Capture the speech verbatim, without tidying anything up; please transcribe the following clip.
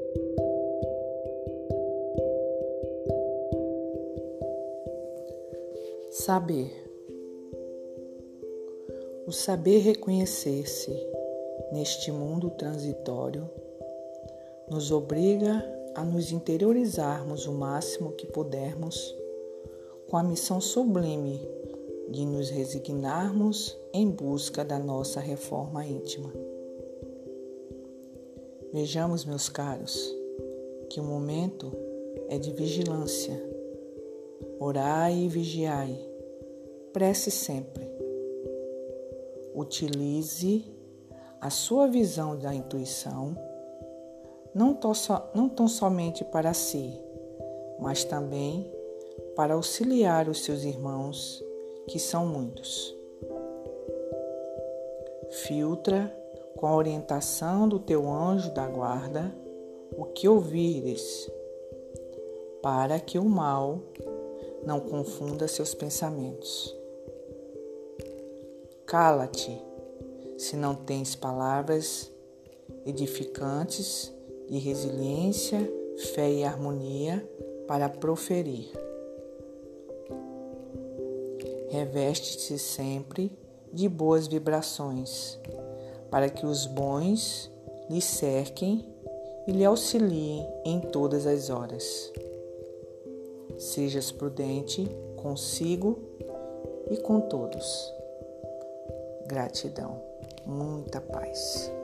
Saber. O saber reconhecer-se neste mundo transitório nos obriga a nos interiorizarmos o máximo que pudermos com a missão sublime de nos resignarmos em busca da nossa reforma íntima. Vejamos, meus caros, que o momento é de vigilância. Orai e vigiai, prece sempre. Utilize a sua visão da intuição, não tão, so, não tão somente para si, mas também para auxiliar os seus irmãos, que são muitos. Filtra com a orientação do teu anjo da guarda o que ouvires, para que o mal não confunda seus pensamentos. Cala-te, se não tens palavras edificantes de resiliência, fé e harmonia para proferir. Reveste-te sempre de boas vibrações, para que os bons lhe cerquem e lhe auxiliem em todas as horas. Sejas prudente consigo e com todos. Gratidão. Muita paz.